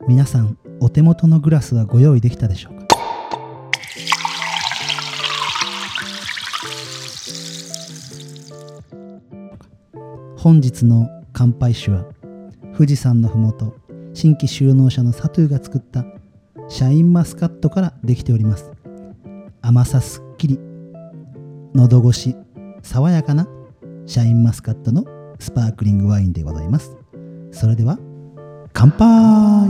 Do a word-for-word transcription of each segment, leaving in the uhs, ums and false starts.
皆さんお手元のグラスはご用意できたでしょうか。本日の乾杯酒は富士山のふもと新規就農者のサトゥーが作ったシャインマスカットからできております。甘さすっきり、喉越し爽やかなシャインマスカットのスパークリングワインでございます。それでは乾杯。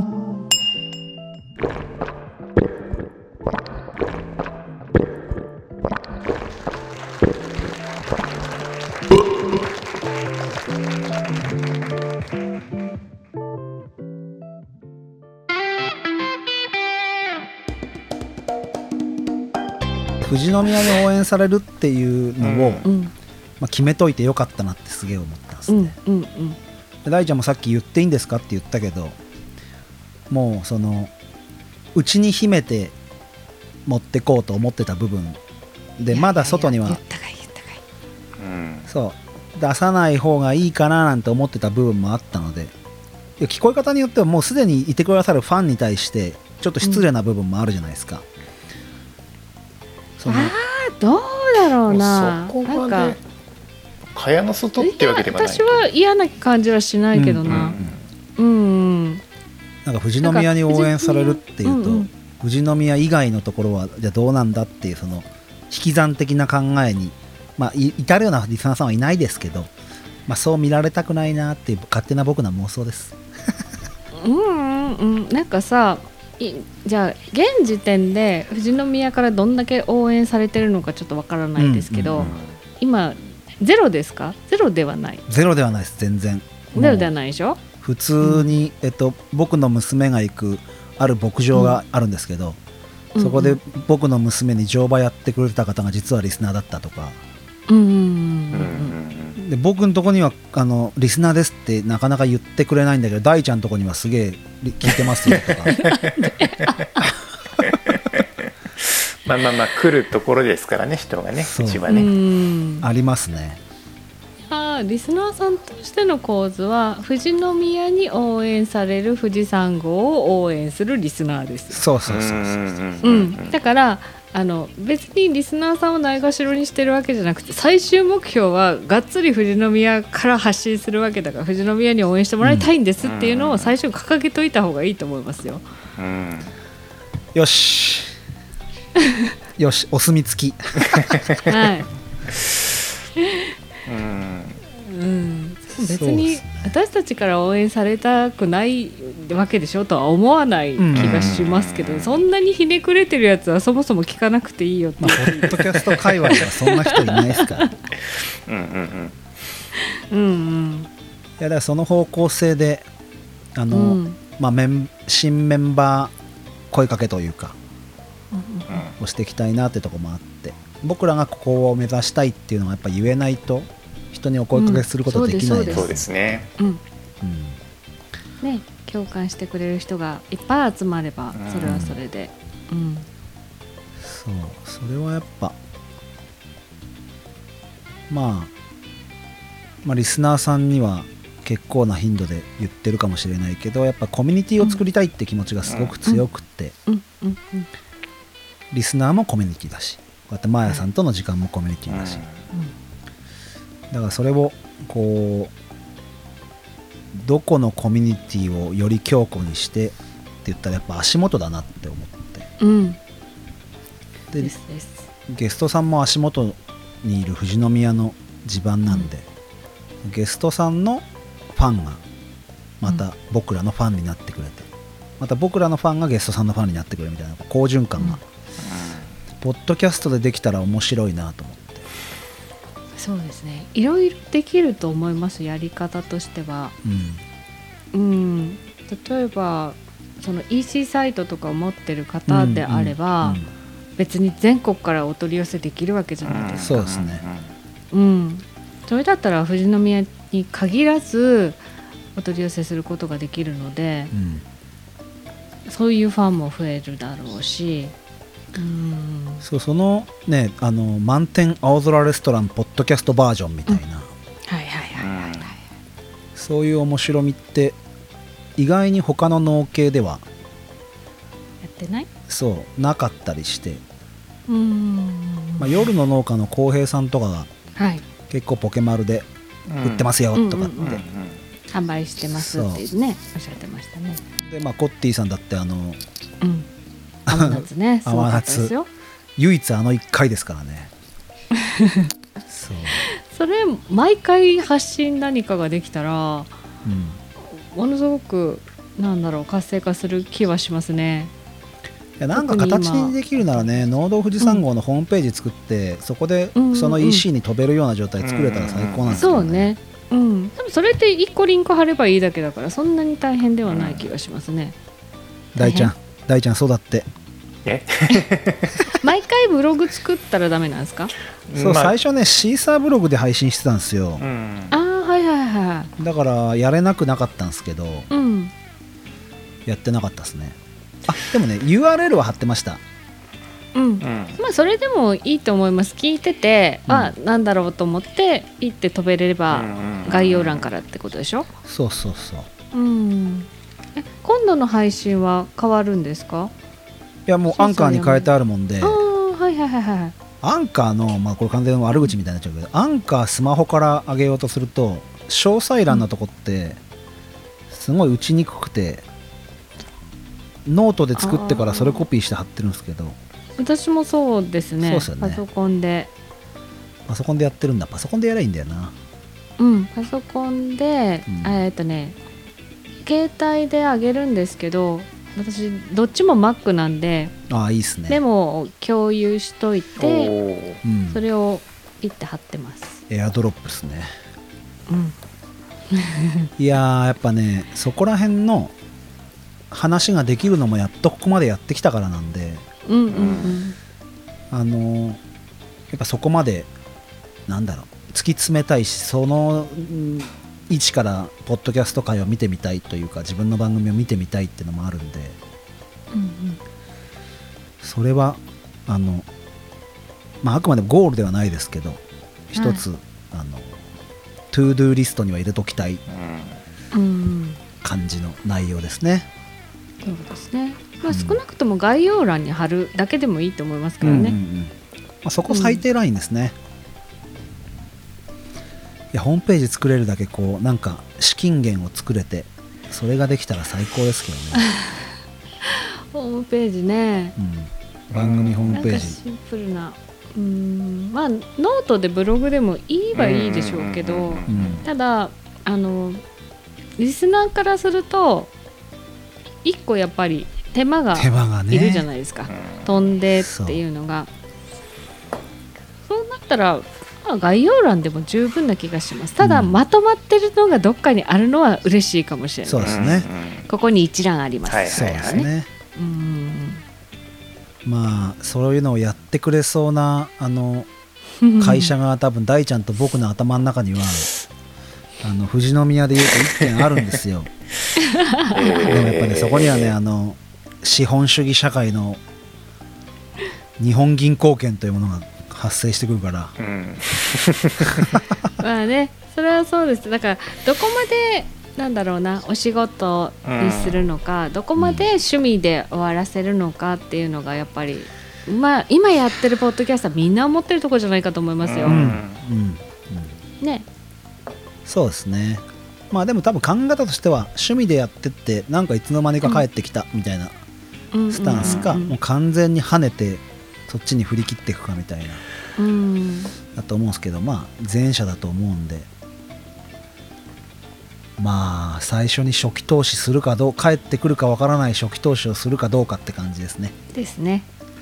富士宮に応援されるっていうのを、うんまあ、決めといてよかったなってすげえ思ったんですね、うんうんうん、大ちゃんもさっき言っていいんですかって言ったけど、もうそのうちに秘めて持ってこうと思ってた部分で、まだ外には言ったかい言ったかい、うん、そう出さない方がいいかななんて思ってた部分もあったので、聞こえ方によってはもうすでにいてくださるファンに対してちょっと失礼な部分もあるじゃないですか、 うん、あーどうだろうな、 そこまで蚊帳の外ってわけではない。 私は嫌な感じはしないけどな、うんうんうん、 なんか富士宮に応援されるっていうと、うんうん、富士宮以外のところはじゃあどうなんだっていうその引き算的な考えに、まあ、至るようなリスナーさんはいないですけど、まあ、そう見られたくないなっていう勝手な僕の妄想ですうんうんうんなんかさ、じゃあ現時点で富士宮からどんだけ応援されてるのかちょっとわからないですけど、うんうんうん、今ゼロですか？ゼロではない。 ゼロではないです。全然ゼロではないでしょ。 普通に、うんえっと、僕の娘が行くある牧場があるんですけど、うん、そこで僕の娘に乗馬やってくれた方が実はリスナーだったとか、うんうんうん、で僕のとこにはあのリスナーですってなかなか言ってくれないんだけど、大ちゃんのとこにはすげえ聞いてますよとかまあまあまあ来るところですからね、人がね、うちはね、 うんありますね。 あリスナーさんとしての構図は富士宮に応援される富士山号を応援するリスナーです。 そうそうそうそう、 うん、だからあの別にリスナーさんをないがしろにしてるわけじゃなくて、最終目標はがっつり富士宮から発信するわけだから、富士宮に応援してもらいたいんですっていうのを最初に掲げといた方がいいと思いますよ、うん、 よしよしお墨付きはいうんうん、別に私たちから応援されたくないわけでしょとは思わない気がしますけど、うん、そんなにひねくれてるやつはそもそも聞かなくていいよって、 まあ、ポッドキャスト界隈はそんな人いないですからうんうんうんうんうんいやだからその方向性であの、うんまあ、メン新メンバー声かけというか、うんうん、をしていきたいなってとこもあって、僕らがここを目指したいっていうのはやっぱ言えないと人にお声かけすることはできないです、 うん、そうですね、 うんうん、ね共感してくれる人がいっぱい集まればそれはそれで、うんうん、 そうそれはやっぱ、まあ、まあリスナーさんには結構な頻度で言ってるかもしれないけど、やっぱコミュニティを作りたいって気持ちがすごく強くって、うんうんうんうん、リスナーもコミュニティだし、こうやってマーヤさんとの時間もコミュニティだし、うん、だからそれをこうどこのコミュニティをより強固にしてって言ったらやっぱ足元だなって思って、うん、でですですゲストさんも足元にいる富士宮の地盤なんで、うん、ゲストさんのファンがまた僕らのファンになってくれて、また僕らのファンがゲストさんのファンになってくれるみたいな好循環が、うんポッドキャストでできたら面白いなと思って。 そうですね、いろいろできると思います、やり方としては、うん、うん、例えばその イーシー サイトとかを持ってる方であれば、うんうんうん、別に全国からお取り寄せできるわけじゃないですか、 うん、そうですね、 うん、それだったら富士宮に限らずお取り寄せすることができるので、うん、そういうファンも増えるだろうし、うんそうそのねあの満天青空レストランポッドキャストバージョンみたいな、うん、 はいはいはいはい、はい、 そういう面白みって意外に他の農系ではやってない？ そうなかったりして、 うーん、 まあ、夜の農家の浩平さんとかがはい結構ポケマルで売ってますよとかって、 うんうんうん販売してますっていうねおっしゃってましたね。 で、まあ、コッティさんだってあの、 うん、甘夏ねすごかったですよ。 唯一あのいっかいですからねそうそれ毎回発信何かができたら、 うん、 ものすごくなんだろう活性化する気はしますね。 いやなんか形にできるならね、農道富士山号のホームページ作って、うん、そこでその イーシー に飛べるような状態作れたら最高なんですけどね、うんうん、そうね、 うん、でもそれっていっこリンク貼ればいいだけだからそんなに大変ではない気がしますね。 大ちゃん大ちゃんそうだってえ毎回ブログ作ったらダメなんですか？ そう、まあ、最初ねシーサーブログで配信してたんですよ、うん、 ああはいはいはい。 だからやれなくなかったんですけど、 うん、 やってなかったですね。あでもね ユーアールエル は貼ってました。 うん、うん、まあそれでもいいと思います。聞いてて、うん、あなんだろうと思って行って飛べれば概要欄からってことでしょ。 そうそうそう、 うん、え今度の配信は変わるんですか？ いやもうアンカーに変えてあるもんで、 あはいはいはいはい。 アンカーのまあこれ完全に悪口みたいになっちゃうけど、アンカースマホから上げようとすると詳細欄のとこってすごい打ちにくくて、ノートで作ってからそれコピーして貼ってるんですけど。 私もそうですね。そうですよね。パソコンでパソコンでやってるんだ。パソコンでやればいいんだよな。 うんパソコンで、うん、えっとね携帯で上げるんですけど、私どっちも Mac なんで、 あいいっすね。 でも共有しといて、うん、それをピッて貼ってます。 エアドロップですね。 うんいやーやっぱねそこら辺の話ができるのもやっとここまでやってきたからなんで、 うんうんうん、 あのやっぱそこまでなんだろう突き詰めたいし、その位置からポッドキャスト界を見てみたいというか自分の番組を見てみたいっていうのもあるんで、 うんうん、それはあの、まあ、あくまでゴールではないですけど一つ、はい、あのトゥードゥーリストには入れときたい感じの内容ですね。 そうですね、まあ、少なくとも概要欄に貼るだけでもいいと思いますからね、うんうんうんまあ、そこ最低ラインですね、うん、いやホームページ作れるだけこうなんか資金源を作れてそれができたら最高ですけどねホームページね、 うん、番組ホームページシンプルなうーんまあノートでブログでもいいはいいでしょうけど、うん、ただあのリスナーからすると一個やっぱり手間がいるじゃないですか、ね、飛んでっていうのが そ, そうなったら、まあ、概要欄でも十分な気がします。ただ、うん、まとまってるのがどっかにあるのは嬉しいかもしれない。 そうですね、 ここに一覧あります、はいそうですね、うん、まあそういうのをやってくれそうなあの会社が多分大ちゃんと僕の頭の中にはあの富士宮でいうといってんあるんですよでもやっぱねそこにはねあの資本主義社会の日本銀行券というものが発生してくるから、うん、 まあねそれはそうです。だからどこまでなんだろうなお仕事にするのか、うん、どこまで趣味で終わらせるのかっていうのがやっぱり、まあ、今やってるポッドキャストはみんな思ってるところじゃないかと思いますよ、うんうんうん、 ねそうですね。まあでも多分考え方としては趣味でやってってなんかいつの間にか帰ってきたみたいなスタンスか、もう完全に跳ねてそっちに振り切っていくかみたいな、うん、だと思うんですけど、まあ前者だと思うんで、まあ最初に初期投資するかどう帰ってくるかわからない初期投資をするかどうかって感じですね。 ですね。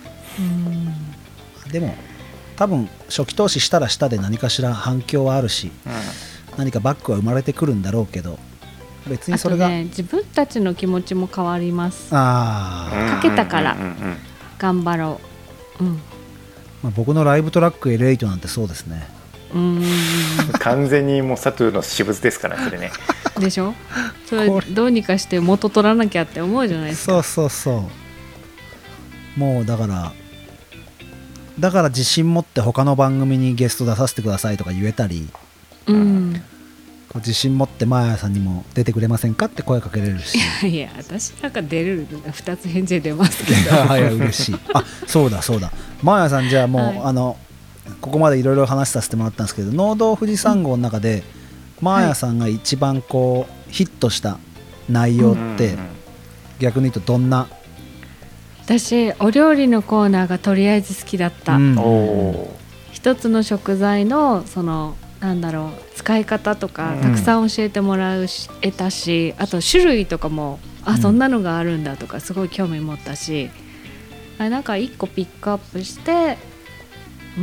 うんでも多分初期投資したらしたで何かしら反響はあるし、うん何かバックは生まれてくるんだろうけど、別にそれが、 ね、自分たちの気持ちも変わります。 あかけたから頑張ろう、うんまあ、僕のライブトラック エルエイト なんてそうですね。 うーん完全にもうサトゥの私物ですからそれねでしょ。それどうにかして元取らなきゃって思うじゃないですか。 そうそうそうもうだからだから自信持って他の番組にゲスト出させてくださいとか言えたり、 うん、 こう自信持ってマーヤさんにも出てくれませんかって声かけれるし。 いやいや私なんか出るふたつ返事で出ますけど。 いやいや嬉しい。あそうだそうだ、マーヤさんじゃあもう、はい、あのここまでいろいろ話させてもらったんですけど、農道富士山号の中で、うん、マーヤさんが一番こうヒットした内容って、うん、逆に言うとどんな。 私お料理のコーナーがとりあえず好きだった、うん、お一つの食材のそのなんだろう使い方とかたくさん教えてもらうし、うん、得たし、あと種類とかもあそんなのがあるんだとかすごい興味持ったし、あなんか一個ピックアップして、うん、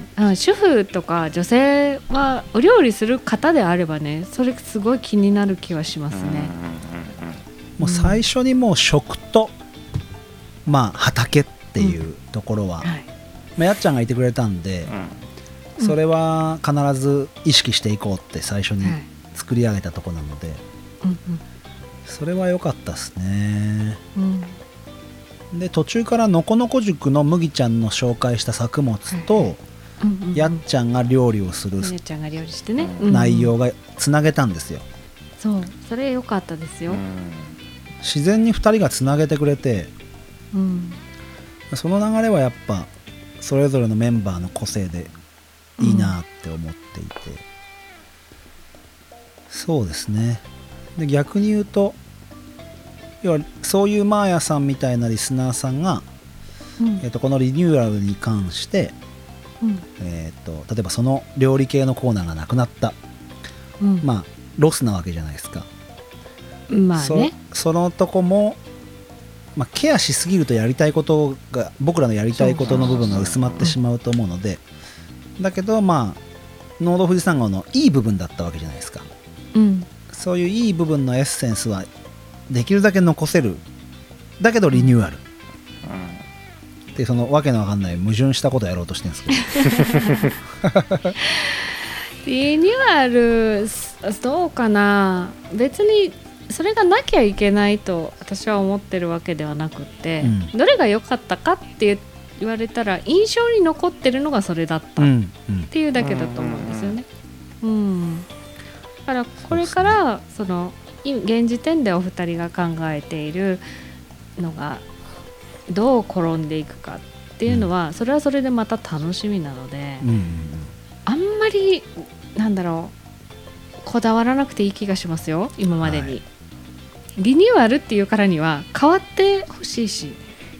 あ主婦とか女性はお料理する方であればね、それすごい気になる気はしますね。 もう最初にもう食と、まあ、畑っていうところは、うんはい、まあ、やっちゃんがいてくれたんで、うん、それは必ず意識していこうって最初に作り上げたところなので、はい、それは良かったですね、うん、で途中からのこのこ塾の麦ちゃんの紹介した作物と、はい、やっちゃんが料理をするやっちゃんが料理してね、 内容がつなげたんですよ。 そうそれ良かったですよ、うん、 自然にふたりがつなげてくれて、うん、その流れはやっぱそれぞれのメンバーの個性でいいなって思っていて、うん、そうですね。で逆に言うと、要はそういうマーヤさんみたいなリスナーさんが、うん、えー、とこのリニューアルに関して、うん、えー、と例えばその料理系のコーナーがなくなった、うん、まあロスなわけじゃないですか。 まあね、 そ, そのとこも、まあ、ケアしすぎるとやりたいことが僕らのやりたいことの部分が薄まってしまうと思うので、だけどまあ農道富士山号のいい部分だったわけじゃないですか、うん、そういういい部分のエッセンスはできるだけ残せる、だけどリニューアル、うん、でそのわけのわかんない矛盾したことやろうとしてるんですけどリニューアルどうかな。別にそれがなきゃいけないと私は思ってるわけではなくって、うん、どれが良かったかって言われたら印象に残ってるのがそれだったっていうだけだと思うんですよね、うんうん、だからこれからその現時点でお二人が考えているのがどう転んでいくかっていうのは、うん、それはそれでまた楽しみなので、うん、あんまりなんだろうこだわらなくていい気がしますよ今までに、はい、リニューアルっていうからには変わってほしいし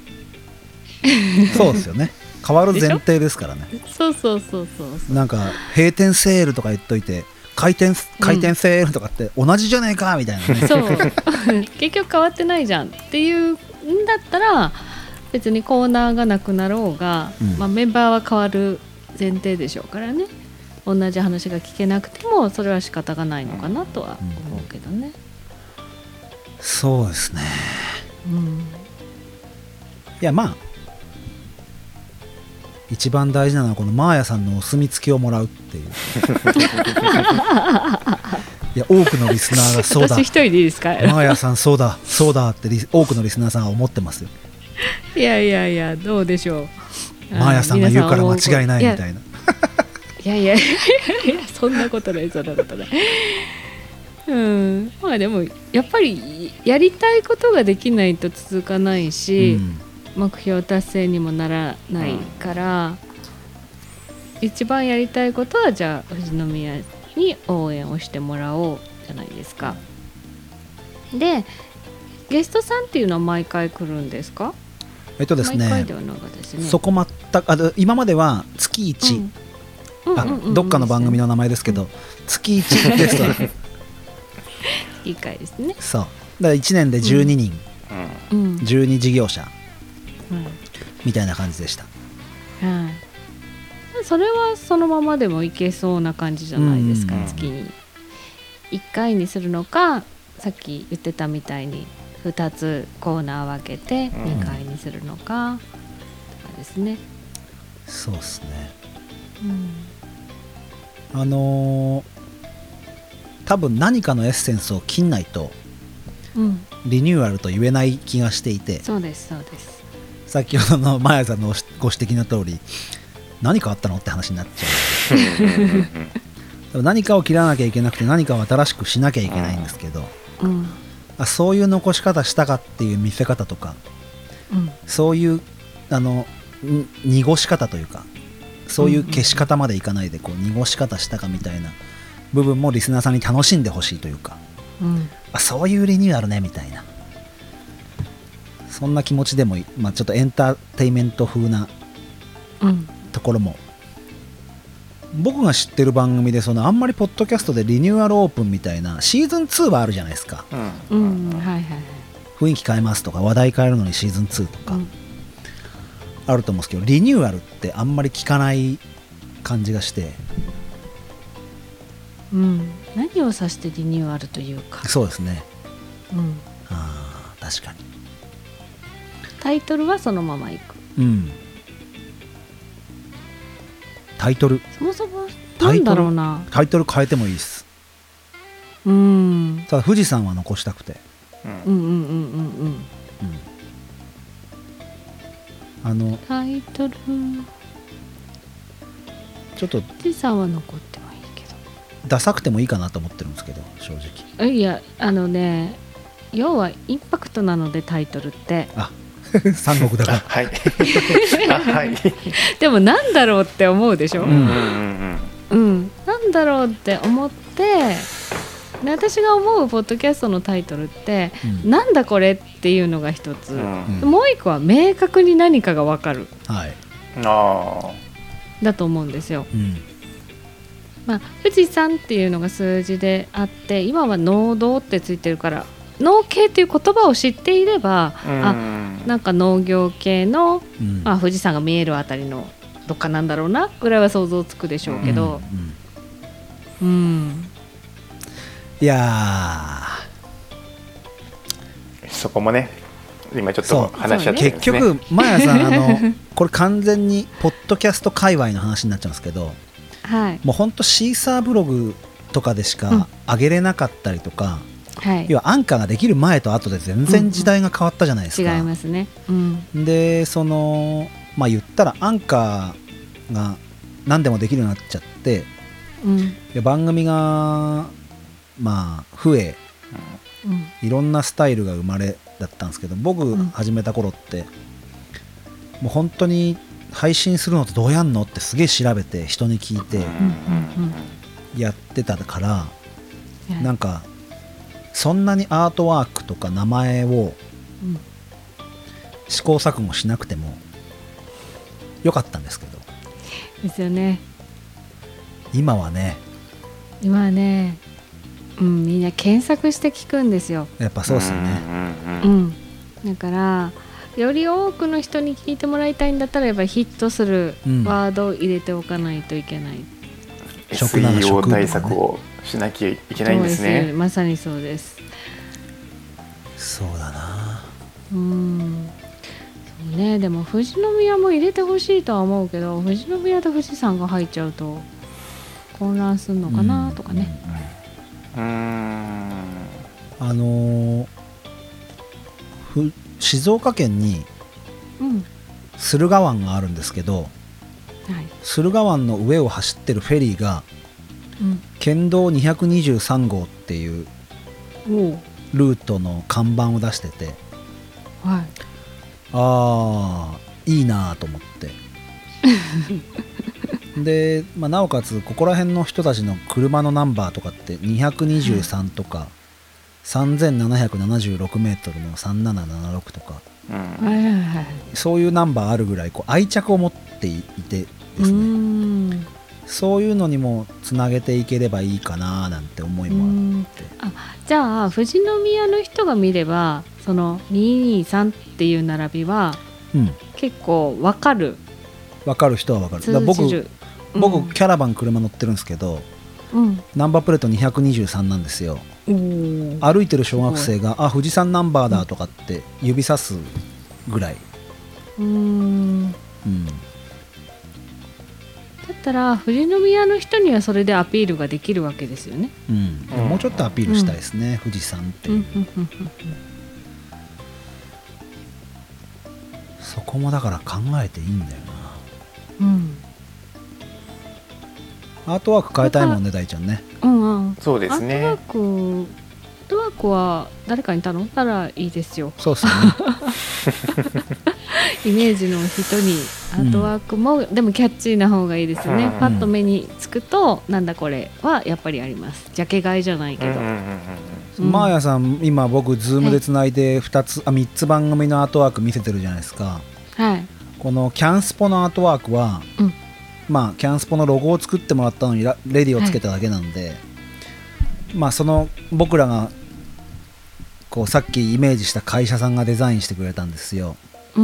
そうですよね、変わる前提ですからね。 そうそうそうそうなんか閉店セールとか言っといて開店開店セールとかって同じじゃないかみたいなね、うん、 そう結局変わってないじゃんっていうんだったら別にコーナーがなくなろうが、うん、まあ、メンバーは変わる前提でしょうからね、同じ話が聞けなくてもそれは仕方がないのかなとは思うけどね、うん、 そうですね、うん、いやまあ一番大事なのはこのマーヤさんのお墨付きをもらうっていういや多くのリスナーがそうだ、 私一人でいいですか、 マーヤさんそうだそうだって多くのリスナーさんは思ってますよ。 いやいやいやどうでしょう、 マーヤさんが言うから間違いないみたいな。 いやいやいやいやそんなことないそんなことないうん、まあでもやっぱりやりたいことができないと続かないし、うん、目標達成にもならないから、うん、一番やりたいことはじゃあ富士宮に応援をしてもらおうじゃないですか。でゲストさんっていうのは毎回来るんですか？ えっとですね、 毎回ではなかったですね。 そこ全くあ今までは月いち、うんあどっかの番組の名前ですけど、うん、月いちゲストいい回ですね。 そうだからいちねんでじゅうににん、うん、じゅうに事業者、うん、みたいな感じでした、 うん、それはそのままでもいけそうな感じじゃないですか、うん、月にいっかいにするのかさっき言ってたみたいにふたつコーナー分けてにかいにするのか、うん、とかですね。 そうですね、うんあのー、多分何かのエッセンスを切んないと、うん、リニューアルと言えない気がしていて、 そうですそうです。 先ほどのマヤさんのご指摘の通り何かあったのって話になっちゃう何かを切らなきゃいけなくて何かを新しくしなきゃいけないんですけど、 うん、 あそういう残し方したかっていう見せ方とか、うん、そういうあの濁し方というかそういう消し方までいかないでこう濁し方したかみたいな部分もリスナーさんに楽しんでほしいというか、うん、あそういうリニューアルねみたいな、そんな気持ちでも、まあ、ちょっとエンターテインメント風なところも、うん、僕が知ってる番組でそのあんまりポッドキャストでリニューアルオープンみたいなシーズンツーはあるじゃないですか、 うんうんはいはい、 雰囲気変えますとか話題変えるのにシーズンツーとか、うん、あると思うんですけどリニューアルってあんまり聞かない感じがして、 うん、何を指してリニューアルというかそうですね、 うん、 あ確かにタイトルはそのままいく、 うん、タイトルそもそもなんだろうなタイトル変えてもいいです、 うん、 ただ富士山は残したくて、 うん、うんうんうんうんうん、うん、 あのタイトルちょっと富士山は残ってもいいけどダサくてもいいかなと思ってるんですけど正直いやあのね要はインパクトなのでタイトルってあ三国だからはい、はい、 でもなんだろうって思うでしょ、うんうんうんうん、なんだろうって思ってで私が思うポッドキャストのタイトルって、うん、なんだこれっていうのが一つ、うん、もう一個は明確に何かが分かる、 はい、 あだと思うんですよ、 うんまあ、富士山っていうのが数字であって今は農道ってついてるから農系という言葉を知っていれば、うん、あなんか農業系の、うんまあ、富士山が見えるあたりのどっかなんだろうなぐらいは想像つくでしょうけど、うん、うんうん、 いやそこもね今ちょっと話し合ってるんですね。 結局マヤさんあのこれ完全にポッドキャスト界隈の話になっちゃうんですけど、 はい、 もうほんとシーサーブログとかでしか上げれなかったりとか、うんはい、要はアンカーができる前と後で全然時代が変わったじゃないですか、 うん、違いますね、うん、 でそのまあ言ったらアンカーが何でもできるようになっちゃって、うん、で番組がまあ増え、うん、いろんなスタイルが生まれだったんですけど僕始めた頃って、うん、もう本当に配信するのってどうやんのってすげえ調べて人に聞いてやってたから、うん、なんかそんなにアートワークとか名前を試行錯誤しなくてもよかったんですけどですよね。 今はね今はね、うん、みんな検索して聞くんですよ。 やっぱそうですよね、 うん、だからより多くの人に聞いてもらいたいんだったらやっぱりヒットするワードを入れておかないといけない、うん、 エスイーオー 対策をしなきゃいけないんですね。 そうです、まさにそうです。 そうだな。 うんそうね、でも富士宮も入れてほしいとは思うけど富士宮と富士山が入っちゃうと混乱するのかなとかね、 うん、うーんあのー、静岡県に駿河湾があるんですけど、うん、はい、駿河湾の上を走ってるフェリーが、うん、県道にひゃくにじゅうさん号っていうルートの看板を出してて、 はい、 あーいいなと思ってで、まあ、なおかつここら辺の人たちの車のナンバーとかってにひゃくにじゅうさんとか、うん、さんぜんななひゃくななじゅうろくメートルのさんななななろくとか、うん、そういうナンバーあるぐらいこう愛着を持っていてですね、うん、そういうのにもつなげていければいいかななんて思いもあって、 あじゃあ富士宮の人が見ればそのにひゃくにじゅうさんっていう並びは、うん、結構分かる分かる人は分かる。だから僕、僕、うん、キャラバン車乗ってるんですけど、うん、ナンバープレートにひゃくにじゅうさんなんですよ。歩いてる小学生があ富士山ナンバーだとかって指さすぐらい、うーん、うん、だったら富士宮の人にはそれでアピールができるわけですよね、 うん、もうちょっとアピールしたいですね、うん、富士山って、うん、そこもだから考えていいんだよな、うん、 アートワーク変えたいもんね大ちゃんね。 うんうん、 そうですね。 アートワークアートワークは誰かに頼んだらいいですよ。 そうっすねイメージの人にアートワークも、うん、でもキャッチーな方がいいですね、うん、パッと目につくとなんだこれはやっぱりあります。ジャケ買いじゃないけど、うんうんうん、マーヤさん今僕ズームでつないでふたつ、はい、あみっつ番組のアートワーク見せてるじゃないですか。 はい。 このキャンスポのアートワークは、うん、まあキャンスポのロゴを作ってもらったのにレディをつけただけなんで、はい、まあその僕らがこうさっきイメージした会社さんがデザインしてくれたんですよ。 うん、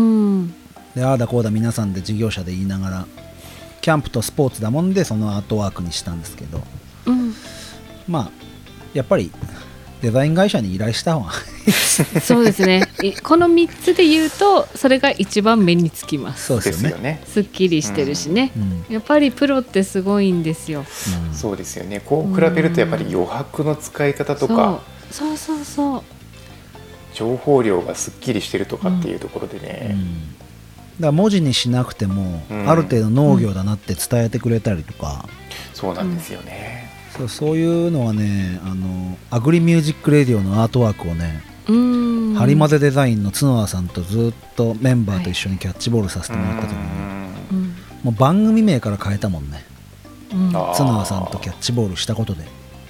でああだこうだ皆さんで事業者で言いながらキャンプとスポーツだもんでそのアートワークにしたんですけど、 うん、 まあやっぱりデザイン会社に依頼した方がそうですね。このみっつで言うとそれが一番目につきます。 そうですよね。 すっきりしてるしね、うん、やっぱりプロってすごいんですよ、 うん、そうですよね。こう比べるとやっぱり余白の使い方とか、 うん、そうそうそうそう情報量がすっきりしてるとかっていうところでね、うん、だから文字にしなくても、うん、ある程度農業だなって伝えてくれたりとか、 うん、そうなんですよね、 そう、そういうのはね、あのアグリミュージックレディオのアートワークをね、 うーんハリマゼデザインの角田さんとずっとメンバーと一緒にキャッチボールさせてもらった時に、はい、もう番組名から変えたもんね、うん、角田さんとキャッチボールしたことで。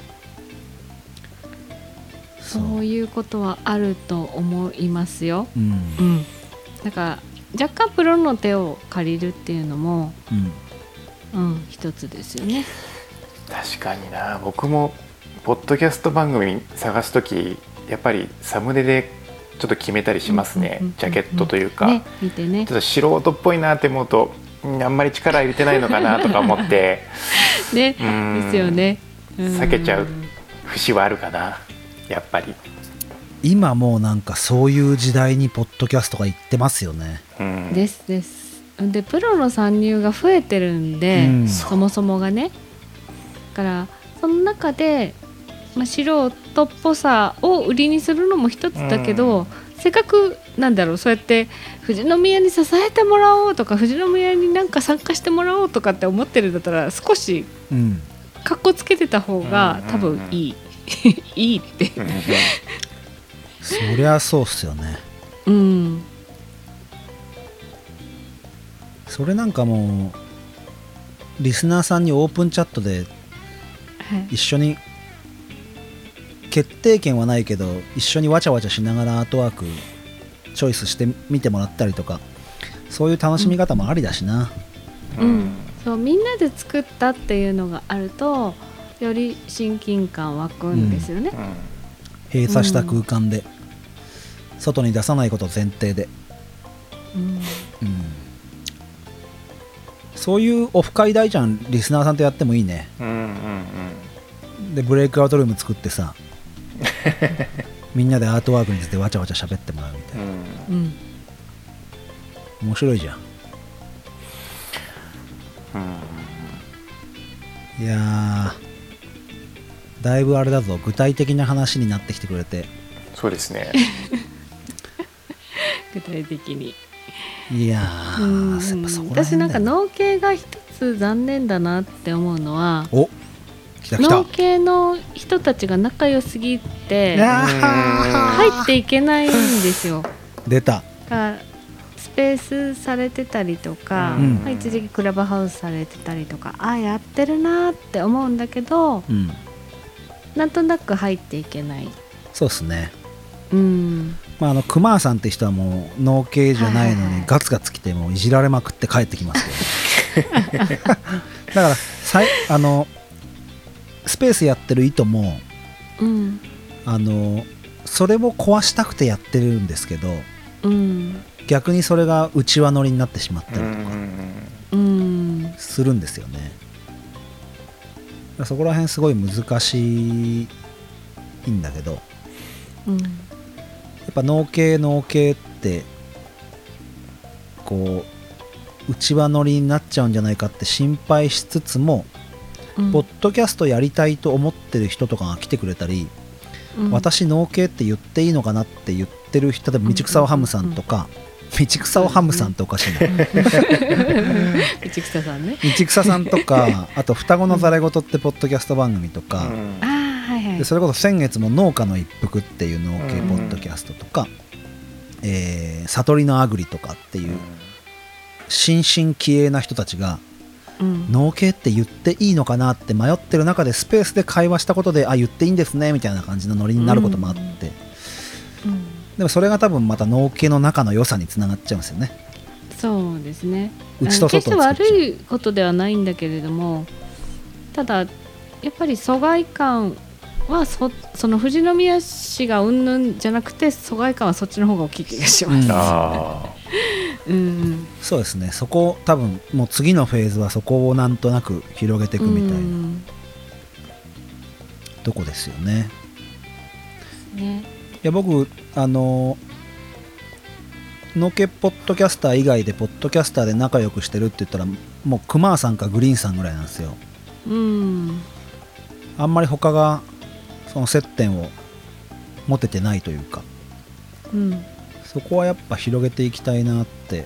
そういうことはあると思いますよ、 うんうん、 だから若干プロの手を借りるっていうのも、うんうん、一つですよね。 確かにな。僕もポッドキャスト番組探すときやっぱりサムネでちょっと決めたりしますね、うんうんうんうん、ジャケットというか、 ね、見てね、 ちょっと素人っぽいなって思うと、うん、あんまり力入れてないのかなとか思ってね、ですよね、 避けちゃう節はあるかなやっぱり。 今もうなんかそういう時代にポッドキャストが行ってますよね、 うん、 ですです。でプロの参入が増えてるんで、うん、そもそもがね、だからその中で、まあ、素人っぽさを売りにするのも一つだけど、うん、せっかくなんだろう、そうやって富士宮に支えてもらおうとか富士宮になんか参加してもらおうとかって思ってるんだったら少しかっこつけてた方が多分いい、うんうんうん、いいってそりゃそうっすよね。 うん。 それなんかもうリスナーさんにオープンチャットで一緒に、決定権はないけど一緒にわちゃわちゃしながらアートワークチョイスしてみてもらったりとか、そういう楽しみ方もありだしな、 うんうん、そうみんなで作ったっていうのがあるとより親近感湧くんですよね、うんうん、 閉鎖した空間で、うん、外に出さないこと前提で、 うんうん、 そういうオフ会大ちゃんリスナーさんとやってもいいね、 うんうんうん、 でブレイクアウトルーム作ってさみんなでアートワークについてわちゃわちゃ喋ってもらうみたいな、 うん、 面白いじゃん、 うん、 いやーだいぶあれだぞ、具体的な話になってきてくれて。 そうですね具体的に。 いやー、 うん、私なんか農系が一つ残念だなって思うのは、 お来た来た、 農系の人たちが仲良すぎて入っていけないんですよ。 出た。 スペースされてたりとか、うん、一時期クラブハウスされてたりとか、ああやってるなって思うんだけど、 うん、 なんとなく入っていけない。 そうっすね。 うん、 まあ、あの熊さんって人はもう農系じゃないのにガツガツ来てもういじられまくって帰ってきますけどだからさいあのスペースやってる意図も、 うん、 あのそれを壊したくてやってるんですけど、 うん、 逆にそれが内輪乗りになってしまったりとかするんですよね。そこら辺すごい難しいんだけど、 うん、 やっぱ農系農系ってこう内輪乗りになっちゃうんじゃないかって心配しつつも、うん、ポッドキャストやりたいと思ってる人とかが来てくれたり、うん、私農系って言っていいのかなって言ってる人でも道草ハムさんとか、 道草をハムさんっておかしいな道草さんね道草さんとかあと双子のざれ言ってポッドキャスト番組とか、うん、 あ、はいはい、 でそれこそ先月も農家の一服っていう農系ポッドキャストとか、うん、えー、悟りのあぐりとかっていう新進気鋭な人たちが、うん、農系って言っていいのかなって迷ってる中でスペースで会話したことであ言っていいんですねみたいな感じのノリになることもあって、うんうん、でもそれが多分また農系の中の良さにつながっちゃうんですよね。 そうですね。 内と外を決して悪いことではないんだけれども、ただやっぱり疎外感は そ, その富士宮市がうんぬんじゃなくて疎外感はそっちの方が大きい気がします、うん、あうんうん、そうですね。そこ多分もう次のフェーズはそこをなんとなく広げていくみたいな、うん、とこですよね。ね、いや僕あの農家ポッドキャスター以外でポッドキャスターで仲良くしてるって言ったらもうクマーさんかグリーンさんぐらいなんですよ、うん、あんまり他がその接点を持ててないというか、うん、そこはやっぱ広げていきたいなって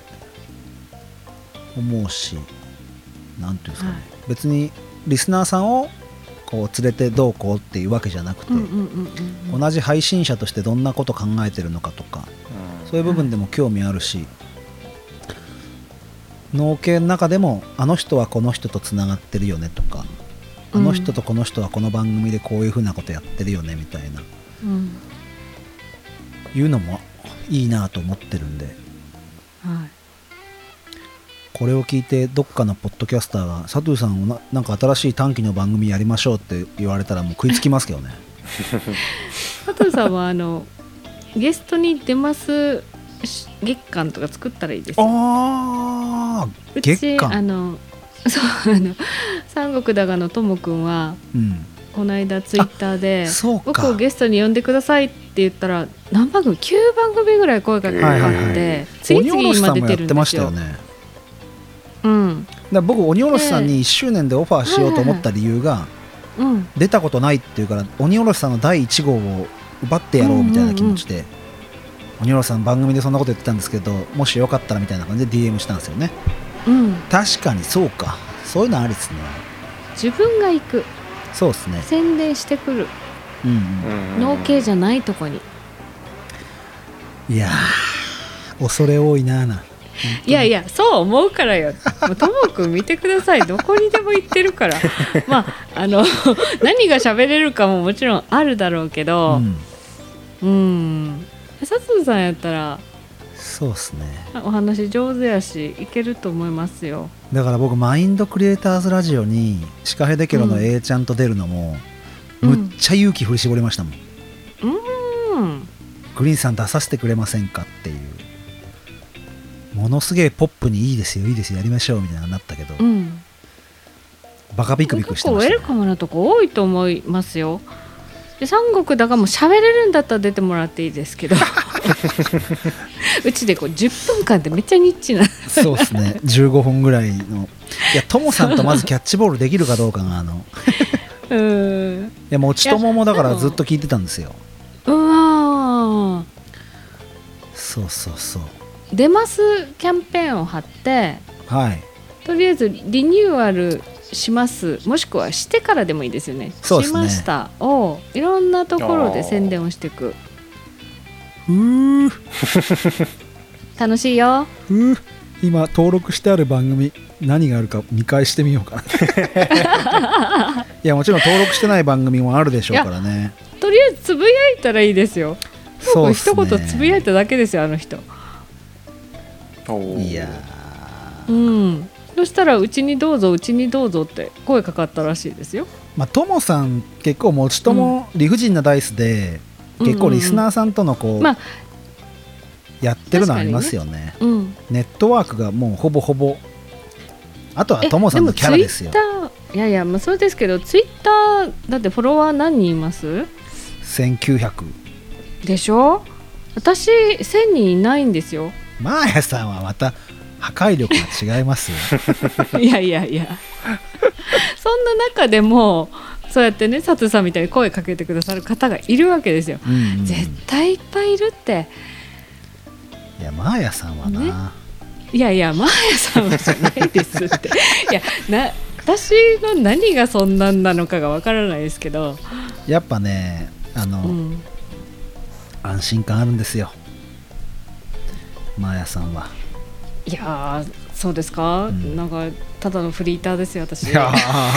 思うし、なんていうんですかね、はい、別にリスナーさんをこう連れてどうこうっていうわけじゃなくて、同じ配信者としてどんなこと考えてるのかとか、うん、そういう部分でも興味あるし、農系の中でもあの人はこの人とつながってるよねとか、あの人とこの人はこの番組でこういうふうなことやってるよねみたいな、うん、いうのもいいなと思ってるんで、はい、これを聞いてどっかのポッドキャスターが佐藤さんを な, なんか新しい短期の番組やりましょうって言われたらもう食いつきますけどね佐藤さんはあのゲストに出ます月間とか作ったらいいですよ。 あー、月間。 うちあのそうあの三国だがのともくんは、うん、この間ツイッターで僕をゲストに呼んでくださいって言ったら何番組きゅうばん組ぐらい声がかかって、はいはいはい、次々今出てるんですよ。うん、 だ僕鬼おろしさんにいっしゅうねんでオファーしようと思った理由が、うん、出たことないっていうから鬼おろしさんのだいいち号を奪ってやろうみたいな気持ちで、うんうんうん、鬼おろしさん番組でそんなこと言ってたんですけどもしよかったらみたいな感じで ディーエム したんですよね、うん、確かにそうか、そういうのありですね。 自分が行く、 そうですね、 宣伝してくる、うんうん、農系じゃないとこに。 いやー恐れ多いなーな。 いやいやそう思うからよ。もうともくん見てください、どこにでも行ってるからまああの何が喋れるかももちろんあるだろうけど、うん、うん佐藤さんやったらそうっすね、 お話上手やしいけると思いますよ。 だから僕マインドクリエイターズラジオにシカヘデケロの A ちゃんと出るのも、うん、むっちゃ勇気振り絞りましたもん、うん、グリーンさん出させてくれませんかっていう、ものすげえポップにいいですよいいですよやりましょうみたいなのになったけど、うん、バカビクビクしてましたね。 結構ウェルカムなとこ多いと思いますよ。で三国だがもう喋れるんだったら出てもらっていいですけどうちでこうじゅっぷんかんでめっちゃニッチなそうですね、じゅうごふんぐらいの。いやトモさんとまずキャッチボールできるかどうかがあのうんいやもうちとももだからずっと聞いてたんですよ。うわそうそうそう、 出ますキャンペーンを貼って、はい、とりあえずリニューアルしますもしくはしてからでもいいですよね。そうですね、しましたをいろんなところで宣伝をしていく。うー楽しいよ。 うー今登録してある番組何があるか見返してみようかないやもちろん登録してない番組もあるでしょうからね。 とりあえずつぶやいたらいいですよ。そうですね、一言つぶやいただけですよあの人。いやー、うんそしたらうちにどうぞうちにどうぞって声かかったらしいですよ。 まあともさん結構もちとも理不尽なダイスで、うん、結構リスナーさんとのこう、うんうんうん、まあ、やってるのありますよ ね, ね、うん、ネットワークがもうほぼほぼ、あとはともさんのキャラですよ。 いやいやまあそうですけどツイッターだってフォロワー何人います？ せんきゅうひゃくでしょ。私せんにんいないんですよ。 マーヤさんはまた破壊力が違いますよいやいやいやそんな中でもそうやってね佐藤さんみたいに声かけてくださる方がいるわけですよ、うんうん、絶対いっぱいいるって。 いいやマーヤさんはな、ね、 いやいやマーヤさんはじゃないですっていやな私の何がそんなんなのかがわからないですけど、 やっぱねあの、うん、安心感あるんですよマーヤさんは。 いやそうですか、うん、なんかただのフリーターですよ私。いや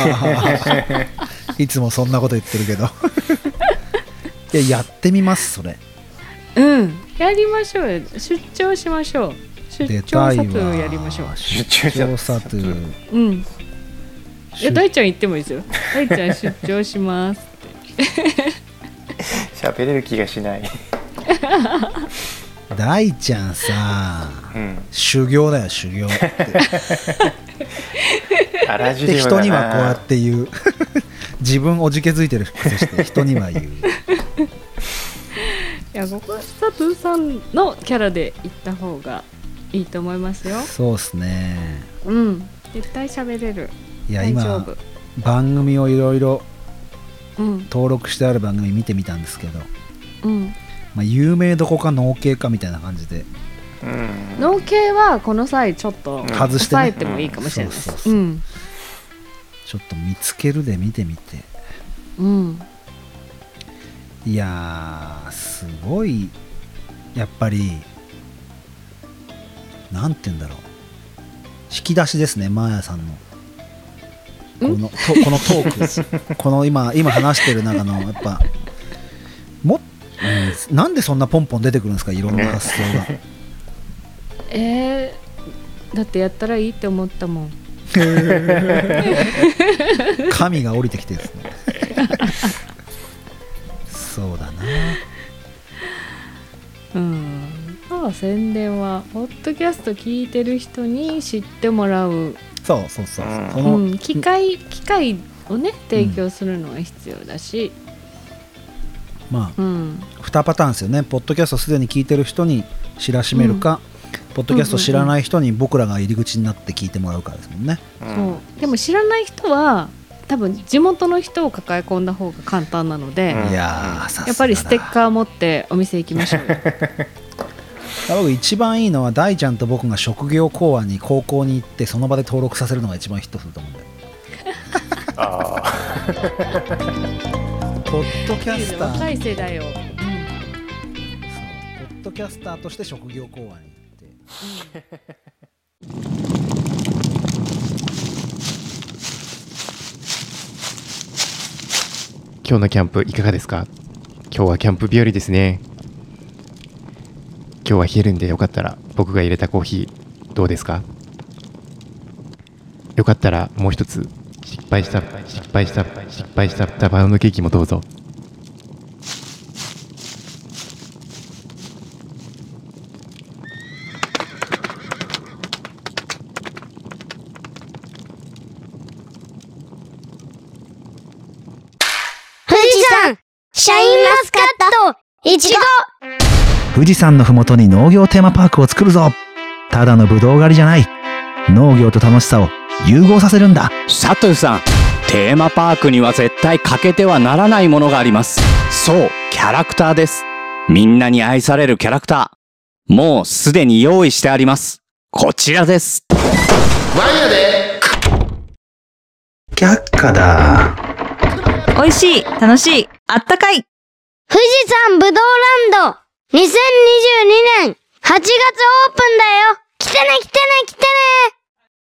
いつもそんなこと言ってるけどいややってみますそれ。 うんやりましょうよ。出張しましょう。出張サトゥーやりましょう。 出張サトゥー。 うん。いや大ちゃん言ってもいいですよ。大ちゃん出張しますって喋れる気がしない大ちゃんさ、うん、修行だよ修行って荒で人にはこうやって言う自分おじけづいてるくせして人には言ういや僕はサトゥーさんのキャラで行った方がいいと思いますよ。 そうっすね。 うん絶対喋れる。 いや今番組をいろいろ登録してある番組見てみたんですけど、うんまあ、有名どこか農系かみたいな感じで、 うん、農系はこの際ちょっと外して、ね、抑えてもいいかもしれないです。ちょっと見つけるで見てみて、うん、いやーすごいやっぱりなんて言うんだろう引き出しですねマーヤさんのこの, とこのトークこの 今, 今話してる中のやっぱも、うん、なんでそんなポンポン出てくるんですかいろんな発想がえー、だってやったらいいって思ったもん神が降りてきてですねそうだな。 うんまあ宣伝はポッドキャスト聞いてる人に知ってもらうそうそうそう、 その、うん、機会機会をね提供するのが必要だし、 うん、まあ、うん、にパターンですよね。ポッドキャストすでに聞いてる人に知らしめるか、うん、ポッドキャスト知らない人に僕らが入り口になって聞いてもらうかですもんね、 うん、そうでも知らない人は多分地元の人を抱え込んだ方が簡単なので、うん、いややっぱりステッカー持ってお店行きましょう僕一番いいのは大ちゃんと僕が職業講話に高校に行ってその場で登録させるのが一番ヒットすると思うんであポッドキャスター若い世代を、うん、そうポッドキャスターとして職業講話に行って、 今日のキャンプいかがですか？今日はキャンプ日和ですね。今日は冷えるんでよかったら僕が入れたコーヒーどうですか？よかったらもう一つ失敗した失敗した失敗したパウンドケーキもどうぞ。 富士山シャインマスカットいちご。 富士山のふもとに農業テーマパークを作るぞ。ただのブドウ狩りじゃない、農業と楽しさを融合させるんだ。 サトゥさん、テーマパークには絶対欠けてはならないものがあります。そう、キャラクターです。みんなに愛されるキャラクター、もうすでに用意してあります。こちらです。 ワイヤで却下だ。 美味しい、楽しい、あったかい。 富士山ぶどうランドにせんにじゅうにねんはちがつオープンだよ。来てね来てね来てね。